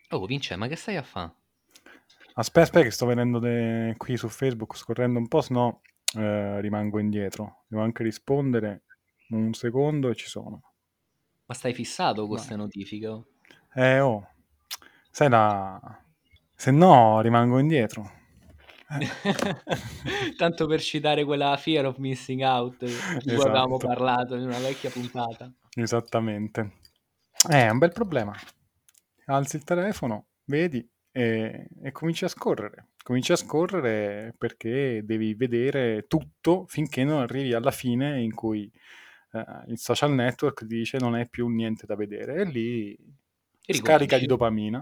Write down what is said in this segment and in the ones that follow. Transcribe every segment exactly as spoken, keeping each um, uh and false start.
Oh, Vince, ma che stai a fa'? Aspetta, aspetta che sto vedendo de- qui su Facebook, scorrendo un po', sennò eh, rimango indietro. Devo anche rispondere un secondo e ci sono. Ma stai fissato con Vai. queste notifiche? Oh? Eh, oh, sai la... Se no rimango indietro. Eh. Tanto per citare quella Fear of Missing Out di cui avevamo Esatto, parlato in una vecchia puntata. esattamente. Eh, È un bel problema. Alzi il telefono, vedi e, e cominci a scorrere. Cominci a scorrere perché devi vedere tutto finché non arrivi alla fine in cui eh, il social network dice non hai più niente da vedere e lì E scarica di ricominci. dopamina.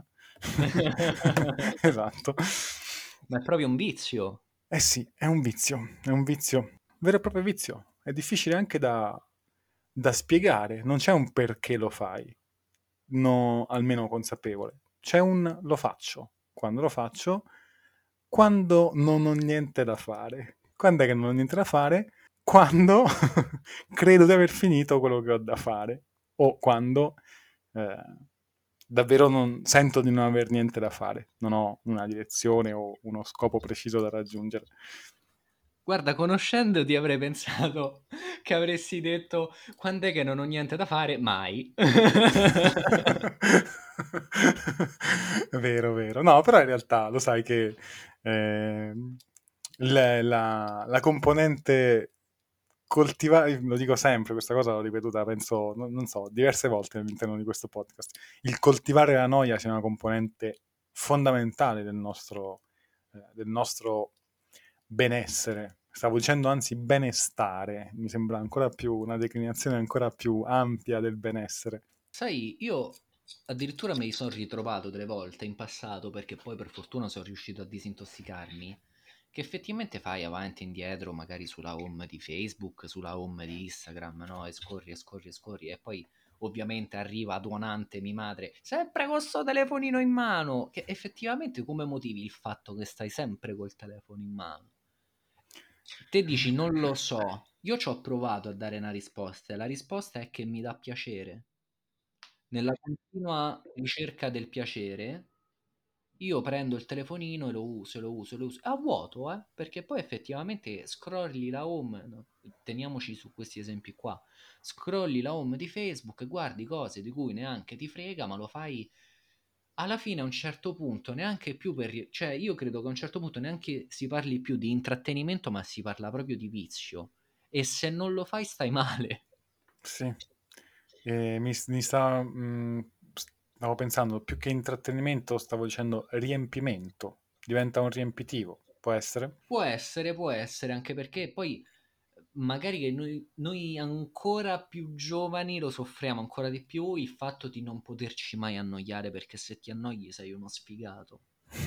Esatto. Ma è proprio un vizio. Eh sì, è un vizio, è un vizio, vero e proprio vizio. È difficile anche da, da spiegare, non c'è un perché lo fai, no, almeno consapevole. C'è un lo faccio. Quando lo faccio? Quando non ho niente da fare. Quando è che non ho niente da fare? Quando credo di aver finito quello che ho da fare o quando eh, davvero non, sento di non aver niente da fare, non ho una direzione o uno scopo preciso da raggiungere. Guarda, conoscendoti avrei pensato che avresti detto quando è che non ho niente da fare? Mai. Vero, vero. No, però in realtà lo sai che ehm, la, la- la componente coltivare, lo dico sempre, questa cosa l'ho ripetuta, penso, non, non so, diverse volte all'interno di questo podcast. Il coltivare la noia sia una componente fondamentale del nostro, eh, del nostro benessere. Stavo dicendo anzi benestare, mi sembra ancora più una declinazione ancora più ampia del benessere. Sai, io addirittura me li sono ritrovato delle volte in passato perché poi per fortuna sono riuscito a disintossicarmi. Che effettivamente fai avanti e indietro, magari sulla home di Facebook, sulla home di Instagram, no? E scorri e scorri e scorri, e poi ovviamente arriva tuonante mia madre, sempre con sto telefonino in mano. Che effettivamente come motivi il fatto che stai sempre col telefono in mano? Te dici non lo so, io ci ho provato a dare una risposta e la risposta è che mi dà piacere. Nella continua ricerca del piacere, io prendo il telefonino e lo uso, e lo uso, e lo uso a vuoto, eh? Perché poi effettivamente scrolli la home, no? Teniamoci su questi esempi qua, scrolli la home di Facebook e guardi cose di cui neanche ti frega, ma lo fai alla fine a un certo punto, neanche più per... cioè io credo che a un certo punto neanche si parli più di intrattenimento, ma si parla proprio di vizio. E se non lo fai stai male. Sì. E mi, mi sta, mh, stavo pensando, più che intrattenimento, stavo dicendo riempimento. Diventa un riempitivo, può essere? Può essere, può essere, anche perché poi magari che noi, noi ancora più giovani lo soffriamo ancora di più il fatto di non poterci mai annoiare, perché se ti annoi sei uno sfigato.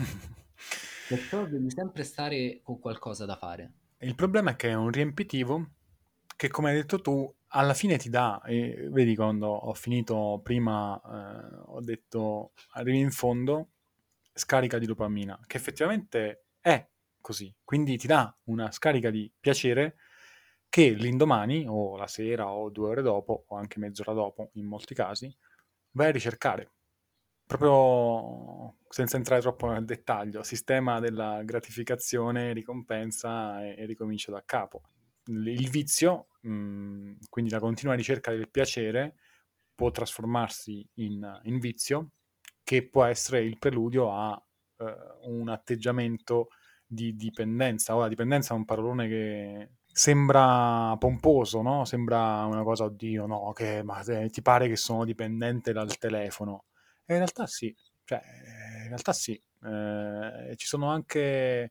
Perciò devi sempre stare con qualcosa da fare. Il problema è che è un riempitivo che, come hai detto tu, alla fine ti dà, e vedi quando ho finito prima, eh, ho detto arrivi in fondo, scarica di dopamina, che effettivamente è così, quindi ti dà una scarica di piacere che l'indomani o la sera o due ore dopo o anche mezz'ora dopo in molti casi vai a ricercare proprio senza entrare troppo nel dettaglio, sistema della gratificazione, ricompensa e, e ricomincio da capo. Il, il vizio, mh, quindi la continua ricerca del piacere, può trasformarsi in, in vizio, che può essere il preludio a eh, un atteggiamento di dipendenza. Ora, dipendenza è un parolone che sembra pomposo, no? Sembra una cosa, oddio, no, che ma te- ti pare che sono dipendente dal telefono. E in realtà sì, cioè, eh, in realtà sì. Eh, ci sono anche, eh,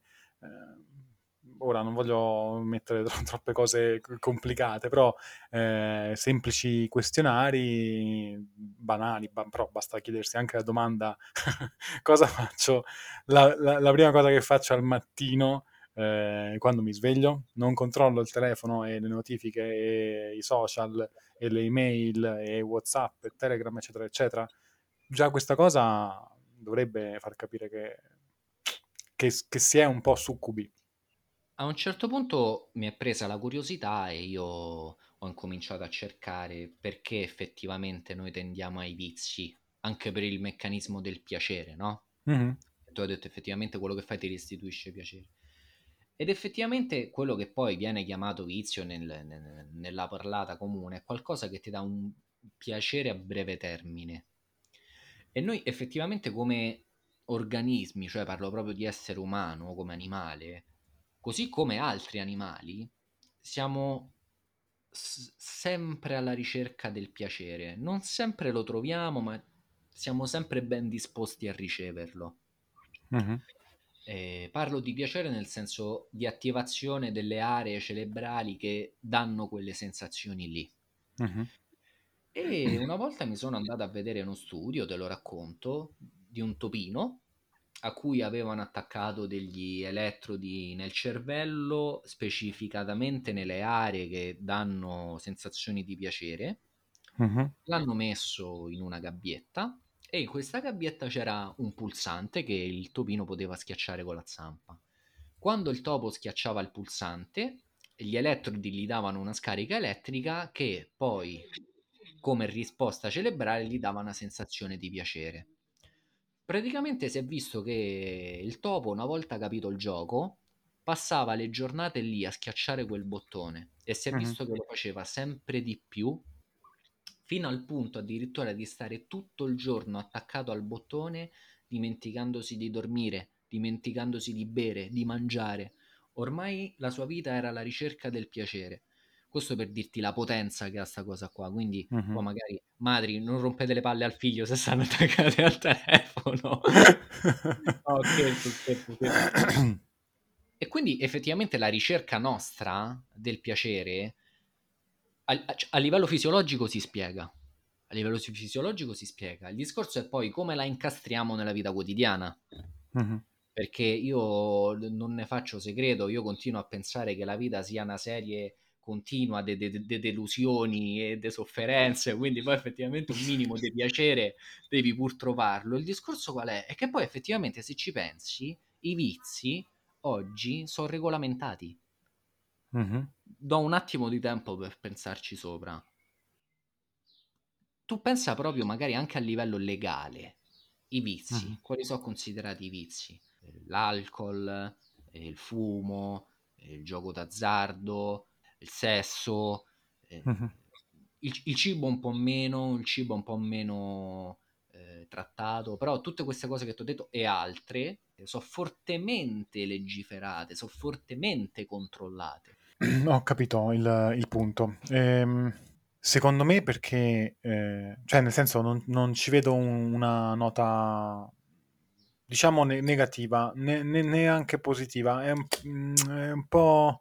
ora non voglio mettere tro- troppe cose c- complicate, però eh, semplici questionari banali, ba- però basta chiedersi anche la domanda cosa faccio, la, la- la prima cosa che faccio al mattino eh, quando mi sveglio, non controllo il telefono e le notifiche e i social e le email e WhatsApp e Telegram eccetera eccetera. Già questa cosa dovrebbe far capire che, che, che si è un po' succubi. A un certo punto mi è presa la curiosità e io ho incominciato a cercare perché effettivamente noi tendiamo ai vizi, anche per il meccanismo del piacere, no? Mhm. Tu hai detto effettivamente quello che fai ti restituisce piacere. Ed effettivamente quello che poi viene chiamato vizio nel- nel- nella parlata comune è qualcosa che ti dà un piacere a breve termine. E noi effettivamente come organismi, cioè parlo proprio di essere umano come animale, così come altri animali, siamo s- sempre alla ricerca del piacere. Non sempre lo troviamo, ma siamo sempre ben disposti a riceverlo. Mhm. Eh, parlo di piacere nel senso di attivazione delle aree cerebrali che danno quelle sensazioni lì. Mhm. E una volta mi sono andato a vedere uno studio, te lo racconto, di un topino a cui avevano attaccato degli elettrodi nel cervello, specificatamente nelle aree che danno sensazioni di piacere. Mhm. L'hanno messo in una gabbietta e in questa gabbietta c'era un pulsante che il topino poteva schiacciare con la zampa. Quando il topo schiacciava il pulsante, gli elettrodi gli davano una scarica elettrica che poi, come risposta cerebrale, gli dava una sensazione di piacere. Praticamente si è visto che il topo, una volta capito il gioco, passava le giornate lì a schiacciare quel bottone e si è Mhm. visto che lo faceva sempre di più, fino al punto addirittura di stare tutto il giorno attaccato al bottone, dimenticandosi di dormire, dimenticandosi di bere, di mangiare. Ormai la sua vita era alla ricerca del piacere. Questo per dirti la potenza che ha sta cosa qua. Quindi, poi Mhm. magari, madri, non rompete le palle al figlio se stanno attaccate al telefono. No, scherzo, scherzo, scherzo. E quindi effettivamente la ricerca nostra del piacere a, a- a livello fisiologico si spiega. A livello si- fisiologico si spiega. Il discorso è poi come la incastriamo nella vita quotidiana. Mhm. Perché io non ne faccio segreto, io continuo a pensare che la vita sia una serie continua di de- de- de- delusioni e di sofferenze, quindi poi effettivamente un minimo di piacere devi pur trovarlo. Il discorso qual è? È che poi effettivamente se ci pensi, i vizi oggi sono regolamentati. Mhm. Do un attimo di tempo per pensarci sopra. Tu pensa proprio magari anche a livello legale, i vizi, Mhm. quali sono considerati i vizi? Eh, L'alcol, eh, il fumo, eh, il gioco d'azzardo, il sesso, eh, Mhm. il, il cibo un po' meno, il cibo un po' meno eh, trattato, però tutte queste cose che ti ho detto e altre eh, sono fortemente legiferate, sono fortemente controllate. Ho capito il, il punto. Ehm, secondo me perché, eh, cioè nel senso non, non ci vedo un- una nota, diciamo, ne- negativa, né, né- né anche positiva. È un, mm, è un po',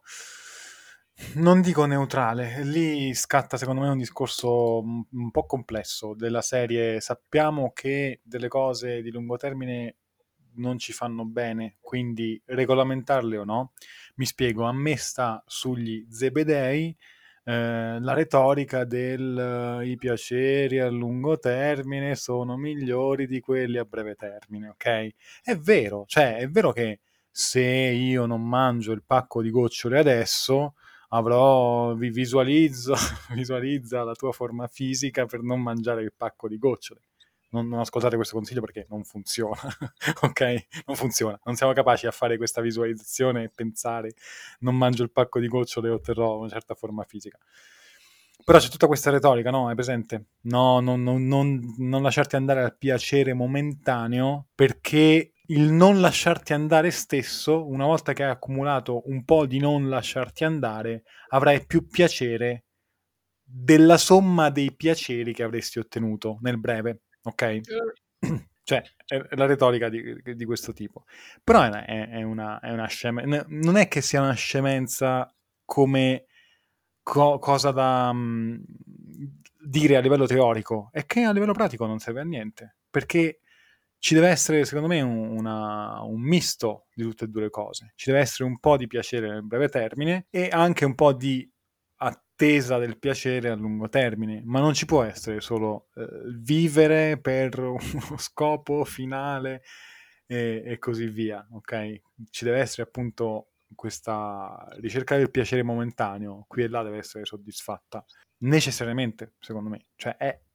non dico neutrale. Lì scatta secondo me un discorso un, un po' complesso della serie. Sappiamo che delle cose di lungo termine non ci fanno bene, quindi regolamentarle o no. Mi spiego, a me sta sugli zebedei eh, la retorica del eh, i piaceri a lungo termine sono migliori di quelli a breve termine, ok? È vero, cioè è vero che se io non mangio il pacco di gocciole adesso, avrò, vi visualizzo, visualizza la tua forma fisica per non mangiare il pacco di gocciole. Non, non ascoltate questo consiglio perché non funziona, ok? Non funziona. Non siamo capaci a fare questa visualizzazione e pensare non mangio il pacco di gocciole e otterrò una certa forma fisica. Però c'è tutta questa retorica, no? Hai presente? No, non, non, non, non lasciarti andare al piacere momentaneo, perché il non lasciarti andare stesso, una volta che hai accumulato un po' di non lasciarti andare, avrai più piacere della somma dei piaceri che avresti ottenuto nel breve, ok? Cioè, è la retorica di, di questo tipo. Però è, è- è una, è una scemenza. Non è che sia una scemenza come co- cosa da mm, dire a livello teorico, è che a livello pratico non serve a niente. Perché ci deve essere, secondo me, un, una- un misto di tutte e due le cose. Ci deve essere un po' di piacere nel breve termine e anche un po' di attesa del piacere a lungo termine, ma non ci può essere solo eh, vivere per uno scopo finale e, e così via, ok? Ci deve essere appunto questa ricerca del piacere momentaneo, qui e là deve essere soddisfatta necessariamente, secondo me, cioè è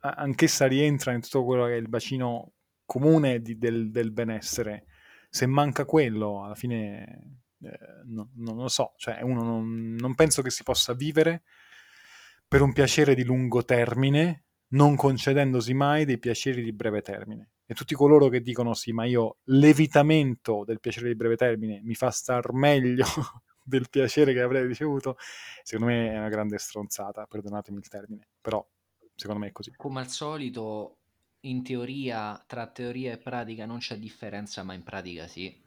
anch'essa rientra in tutto quello che è il bacino comune di, del, del benessere. Se manca quello, alla fine eh, no, non lo so, cioè uno non, non penso che si possa vivere per un piacere di lungo termine, non concedendosi mai dei piaceri di breve termine. E tutti coloro che dicono sì, ma io l'evitamento del piacere di breve termine mi fa star meglio del piacere che avrei ricevuto, secondo me è una grande stronzata, perdonatemi il termine, però secondo me è così. Come al solito, in teoria, tra teoria e pratica non c'è differenza, ma in pratica sì.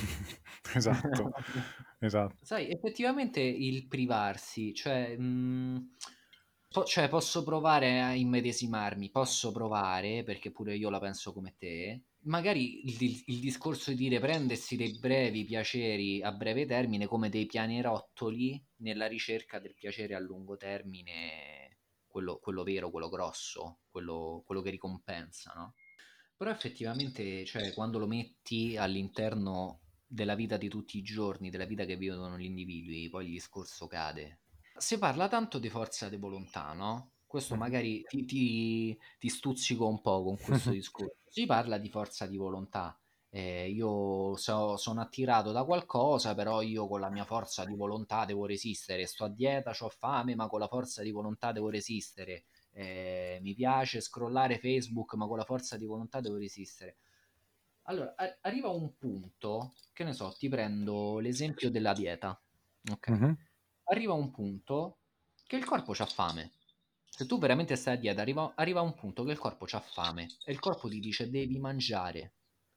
Esatto, esatto. Sai, effettivamente il privarsi, cioè, mh, po- cioè, posso provare a immedesimarmi, posso provare, perché pure io la penso come te, magari il, il- il discorso di dire prendersi dei brevi piaceri a breve termine come dei pianerottoli nella ricerca del piacere a lungo termine, quello, quello vero, quello grosso, quello, quello che ricompensa, no? Però effettivamente, cioè, quando lo metti all'interno della vita di tutti i giorni, della vita che vivono gli individui, poi il discorso cade. Si parla tanto di forza di volontà, no? Questo Mhm. magari ti, ti- ti stuzzico un po' con questo discorso. Si parla di forza di volontà. Eh, io so- sono attirato da qualcosa, però io con la mia forza di volontà devo resistere. Sto a dieta, ho fame, ma con la forza di volontà devo resistere. Eh, mi piace scrollare Facebook, ma con la forza di volontà devo resistere. Allora, a- arriva un punto, che ne so, ti prendo l'esempio della dieta, ok? Mhm. Arriva un punto che il corpo c'ha fame. Se tu veramente stai a dieta, arriva, arriva un punto che il corpo c'ha fame e il corpo ti dice devi mangiare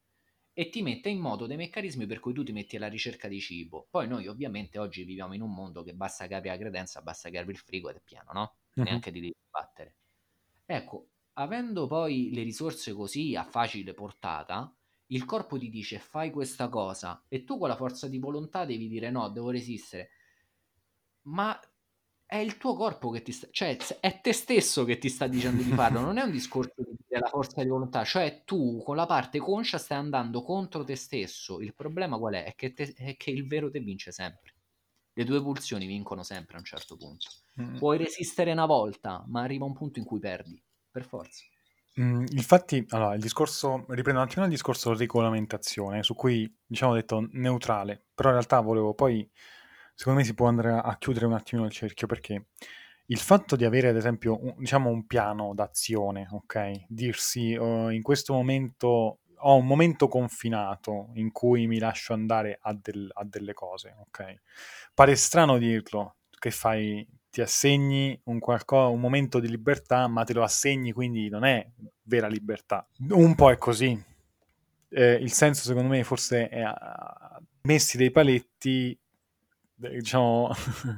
e ti mette in moto dei meccanismi per cui tu ti metti alla ricerca di cibo. Poi noi ovviamente oggi viviamo in un mondo che basta che apri la credenza, basta che apri il frigo ed è pieno, no? Mhm. Neanche ti devi battere. Ecco, avendo poi le risorse così a facile portata, il corpo ti dice fai questa cosa e tu con la forza di volontà devi dire no, devo resistere. Ma è il tuo corpo che ti sta, cioè è te stesso che ti sta dicendo di farlo, non è un discorso di dire la forza di volontà, cioè tu con la parte conscia stai andando contro te stesso. Il problema qual è? È che, te- è che il vero te vince sempre. Le tue pulsioni vincono sempre a un certo punto. Mm. Puoi resistere una volta, ma arriva un punto in cui perdi, per forza. Mm, infatti, allora, il discorso, riprendo un attimo il discorso regolamentazione, su cui diciamo ho detto neutrale, però in realtà volevo poi, secondo me si può andare a, a chiudere un attimo il cerchio, perché il fatto di avere ad esempio un, diciamo un piano d'azione, ok? Dirsi "Oh, in questo momento ho un momento confinato in cui mi lascio andare a, del- a delle cose, ok? Pare strano dirlo, che fai, ti assegni un, qualco- un momento di libertà, ma te lo assegni, quindi non è vera libertà. Un po' è così. Eh, il senso, secondo me, forse è a- messi dei paletti, eh, diciamo,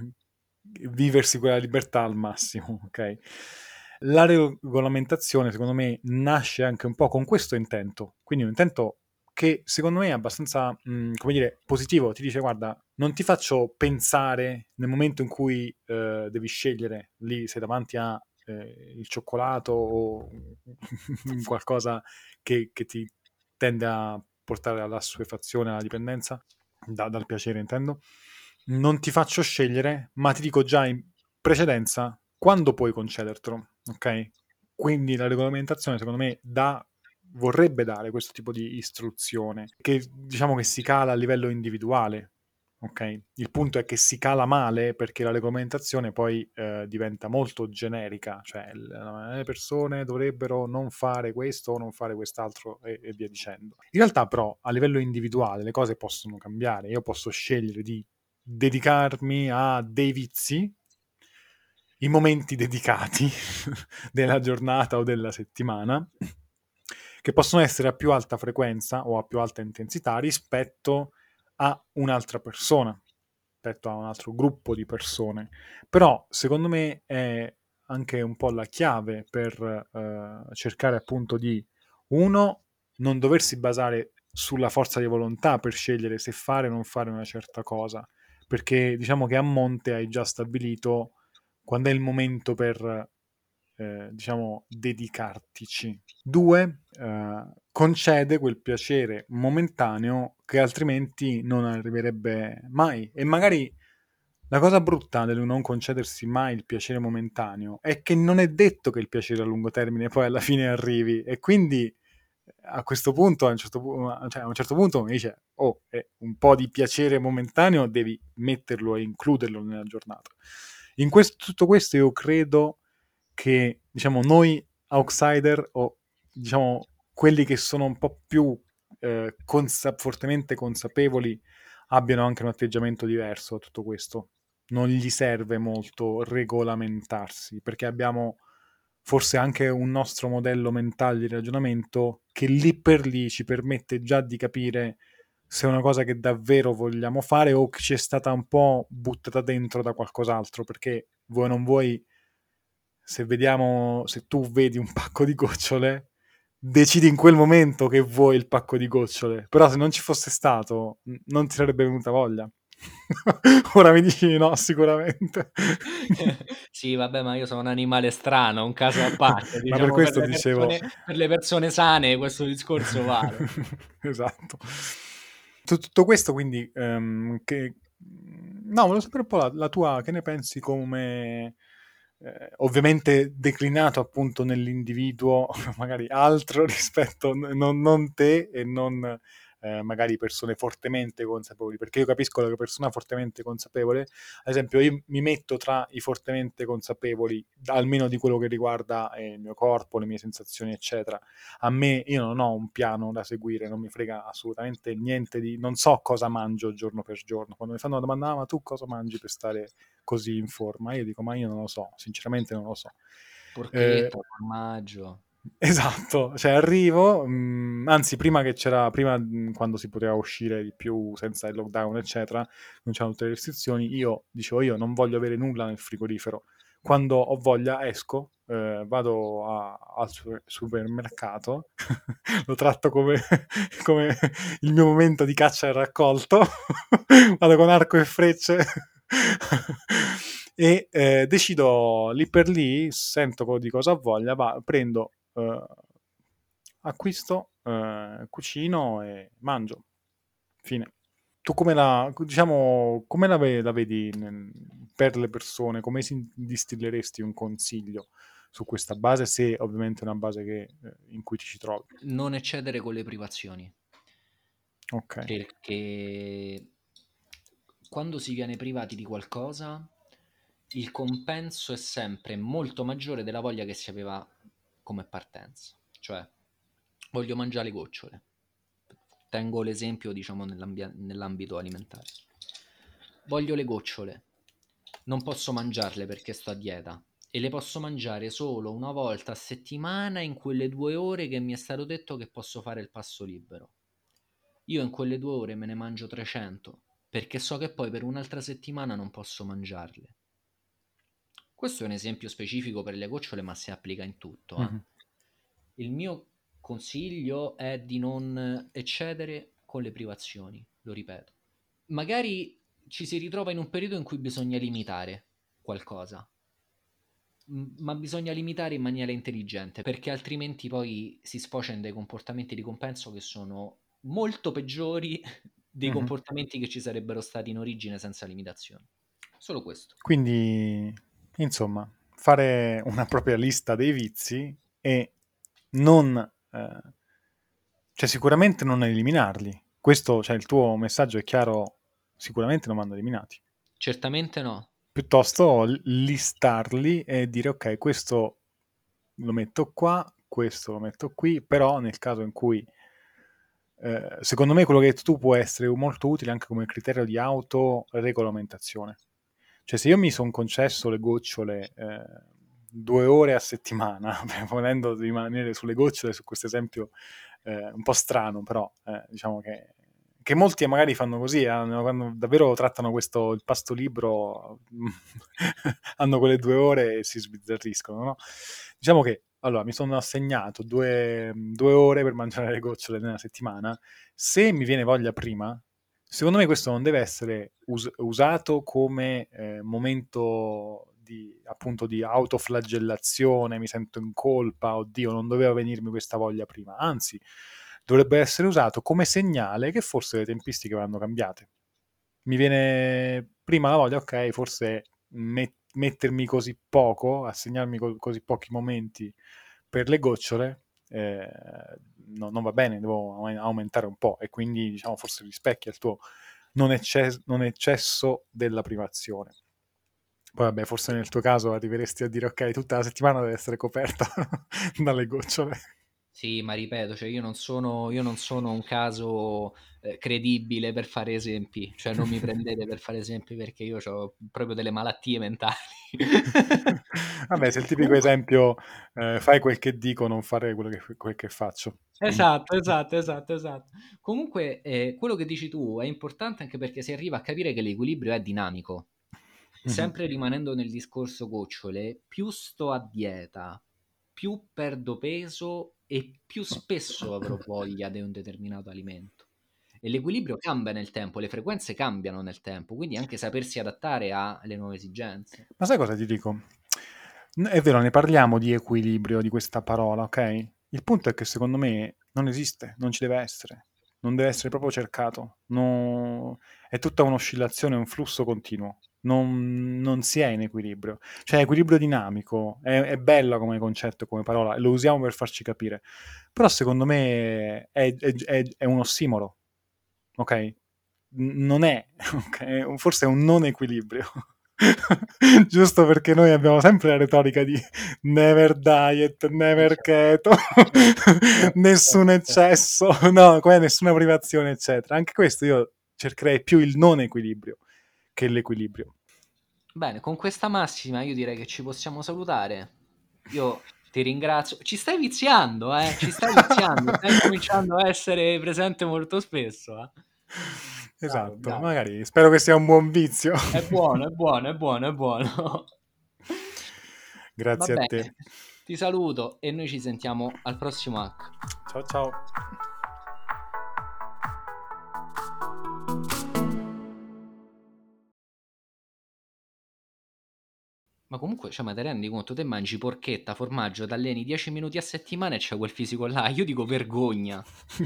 viversi quella libertà al massimo, ok? La regolamentazione, secondo me, nasce anche un po' con questo intento, quindi un intento che secondo me è abbastanza, mh, come dire, positivo. Ti dice, guarda, non ti faccio pensare nel momento in cui eh, devi scegliere, lì sei davanti a eh, il cioccolato o qualcosa che, che ti tende a portare alla assuefazione, alla dipendenza, da- dal piacere intendo. Non ti faccio scegliere, ma ti dico già in precedenza quando puoi concedertelo, ok? Quindi la regolamentazione, secondo me, dà, vorrebbe dare questo tipo di istruzione, che diciamo che si cala a livello individuale, ok? Il punto è che si cala male perché la regolamentazione poi eh, diventa molto generica, cioè l- le persone dovrebbero non fare questo o non fare quest'altro e, e via dicendo. In realtà però a livello individuale le cose possono cambiare, io posso scegliere di dedicarmi a dei vizi i momenti dedicati della giornata o della settimana, che possono essere a più alta frequenza o a più alta intensità rispetto a un'altra persona, rispetto a un altro gruppo di persone. Però, secondo me, è anche un po' la chiave per eh, cercare appunto di, uno, non doversi basare sulla forza di volontà per scegliere se fare o non fare una certa cosa, perché diciamo che a monte hai già stabilito quando è il momento per, eh, diciamo, dedicartici. Due, eh, concede quel piacere momentaneo che altrimenti non arriverebbe mai. E magari La cosa brutta del non concedersi mai il piacere momentaneo è che non è detto che il piacere a lungo termine poi alla fine arrivi, e quindi a questo punto, a un certo, pu- cioè, a un certo punto mi dice, oh, eh, un po' di piacere momentaneo devi metterlo e includerlo nella giornata. In questo, tutto questo io credo che, diciamo, noi outsider, o diciamo quelli che sono un po' più eh, consa- fortemente consapevoli, abbiano anche un atteggiamento diverso a tutto questo. Non gli serve molto regolamentarsi, perché abbiamo forse anche un nostro modello mentale di ragionamento che lì per lì ci permette già di capire se è una cosa che davvero vogliamo fare o che ci è stata un po' buttata dentro da qualcos'altro, perché vuoi non vuoi, se vediamo, se tu vedi un pacco di gocciole, decidi in quel momento che vuoi il pacco di gocciole, però se non ci fosse stato non ti sarebbe venuta voglia. Ora mi dici no, sicuramente. Sì, vabbè, ma io sono un animale strano, un caso a parte. Ma per Diciamo per questo le dicevo... persone, per le persone sane questo discorso vale. Esatto. Tu- Tutto questo quindi, ehm, che... No, volevo sapere un po' la, la tua, che ne pensi come... eh, ovviamente declinato appunto nell'individuo, magari altro rispetto, non, non te e non eh, magari persone fortemente consapevoli, perché io capisco la persona fortemente consapevole, ad esempio io mi metto tra i fortemente consapevoli, almeno di quello che riguarda eh, il mio corpo, le mie sensazioni, eccetera. A me, io non ho un piano da seguire, non mi frega assolutamente niente di... non so cosa mangio giorno per giorno. Quando mi fanno la domanda, ah, ma tu cosa mangi per stare così in forma? Io dico, ma io non lo so, sinceramente non lo so. Eh, Porchetta, formaggio. esatto, cioè arrivo, mh, anzi prima che c'era, prima mh, quando si poteva uscire di più senza il lockdown eccetera, non c'erano tutte le restrizioni, io dicevo io non voglio avere nulla nel frigorifero, quando ho voglia esco, eh, vado a- al su- supermercato, lo tratto come, come il mio momento di caccia e raccolto, vado con arco e frecce e eh, decido lì per lì, sento co- di cosa ho voglia, va, prendo, eh, acquisto, eh, cucino e mangio. Fine. Tu come la, diciamo, come la, ve- la vedi nel- per le persone? Come si distilleresti un consiglio su questa base, se ovviamente è una base che, eh, in cui ti ci trovi? Non eccedere con le privazioni, Ok. perché quando si viene privati di qualcosa, il compenso è sempre molto maggiore della voglia che si aveva come partenza. Cioè, voglio mangiare le gocciole. Tengo l'esempio, diciamo, nell'ambi- nell'ambito alimentare. Voglio le gocciole. Non posso mangiarle perché sto a dieta e le posso mangiare solo una volta a settimana in quelle due ore che mi è stato detto che posso fare il passo libero. Io in quelle due ore me ne mangio trecento perché so che poi per un'altra settimana non posso mangiarle. Questo è un esempio specifico per le gocciole, ma si applica in tutto. Mhm. Eh. Il mio consiglio è di non eccedere con le privazioni, lo ripeto. Magari ci si ritrova in un periodo in cui bisogna limitare qualcosa, m- ma bisogna limitare in maniera intelligente, perché altrimenti poi si sfocia in dei comportamenti di compenso che sono molto peggiori dei Mhm. comportamenti che ci sarebbero stati in origine senza limitazioni. Solo questo. Quindi, insomma, fare una propria lista dei vizi e non, eh, cioè sicuramente non eliminarli. Questo, cioè il tuo messaggio è chiaro, sicuramente non vanno eliminati. Certamente no. Piuttosto l- listarli e dire ok, questo lo metto qua, questo lo metto qui, però nel caso in cui eh, secondo me quello che hai detto tu può essere molto utile anche come criterio di autoregolamentazione. Cioè, se io mi sono concesso le gocciole eh, due ore a settimana, volendo rimanere sulle gocciole, su questo esempio eh, un po' strano, però eh, diciamo che, che molti magari fanno così, eh, quando davvero trattano questo il pasto libero, hanno quelle due ore e si sbizzarriscono, no? Diciamo che allora mi sono assegnato due, due ore per mangiare le gocciole nella settimana. Se mi viene voglia prima, secondo me questo non deve essere us- usato come eh, momento di, appunto, di autoflagellazione, mi sento in colpa, oddio, non doveva venirmi questa voglia prima. Anzi, dovrebbe essere usato come segnale che forse le tempistiche vanno cambiate. mi viene prima la voglia, ok, forse met- mettermi così poco, assegnarmi co- così pochi momenti per le gocciole, eh, no- non va bene, devo au- aumentare un po', e quindi diciamo forse rispecchia il tuo non, ecce- non eccesso della privazione. Poi vabbè, forse nel tuo caso arriveresti a dire ok, tutta la settimana deve essere coperta dalle gocciole. Sì, ma ripeto, cioè io non sono, io non sono un caso eh, credibile per fare esempi, cioè non mi prendete per fare esempi perché io ho proprio delle malattie mentali. Vabbè, sei il tipico Comunque, esempio, eh, fai quel che dico, non fare quello che, quel che faccio. esatto, esatto, esatto, esatto. Comunque, eh, quello che dici tu è importante anche perché si arriva a capire che l'equilibrio è dinamico. Mhm. Sempre rimanendo nel discorso gocciole, più sto a dieta, più perdo peso e più spesso avrò voglia di un determinato alimento. E l'equilibrio cambia nel tempo, le frequenze cambiano nel tempo, quindi anche sapersi adattare alle nuove esigenze. Ma sai cosa ti dico? N- È vero, ne parliamo di equilibrio, di questa parola, ok? Il punto è che secondo me non esiste, non ci deve essere, non deve essere proprio cercato. No- È tutta un'oscillazione, un flusso continuo. Non, non si è in equilibrio. Cioè, equilibrio dinamico è, è bella come concetto, come parola, e lo usiamo per farci capire. Però secondo me è, è- è- è un ossimoro, ok? N- Non è, ok? Forse è un non equilibrio. Giusto perché noi abbiamo sempre la retorica di never diet, Eh, never certo, keto, certo, certo, nessun certo, certo. eccesso, no, come nessuna privazione, eccetera. Anche questo io cercherei più il non equilibrio che l'equilibrio. Bene, con questa massima io direi che ci possiamo salutare. Io ti ringrazio. Ci stai viziando, eh? Ci stai viziando. Stai cominciando a essere presente molto spesso, eh? Dai, Esatto, dai. magari spero che sia un buon vizio. È buono, è buono, è buono, è buono. Va Grazie a te. bene, ti saluto e noi ci sentiamo al prossimo hack. Ciao ciao. Ma comunque, cioè, ma te rendi conto? Te mangi porchetta, formaggio, t'alleni dieci minuti a settimana e c'è quel fisico là. Io dico vergogna.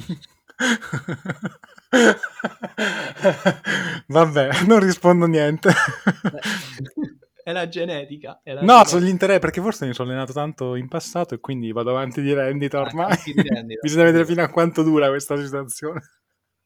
Vabbè, non rispondo niente. Beh, è la genetica, è la No, sugli genetica. interessi, perché forse mi sono allenato tanto in passato e quindi vado avanti di rendita Ah, ormai. campi di rendita, ho Bisogna vedere capito. fino a quanto dura questa situazione.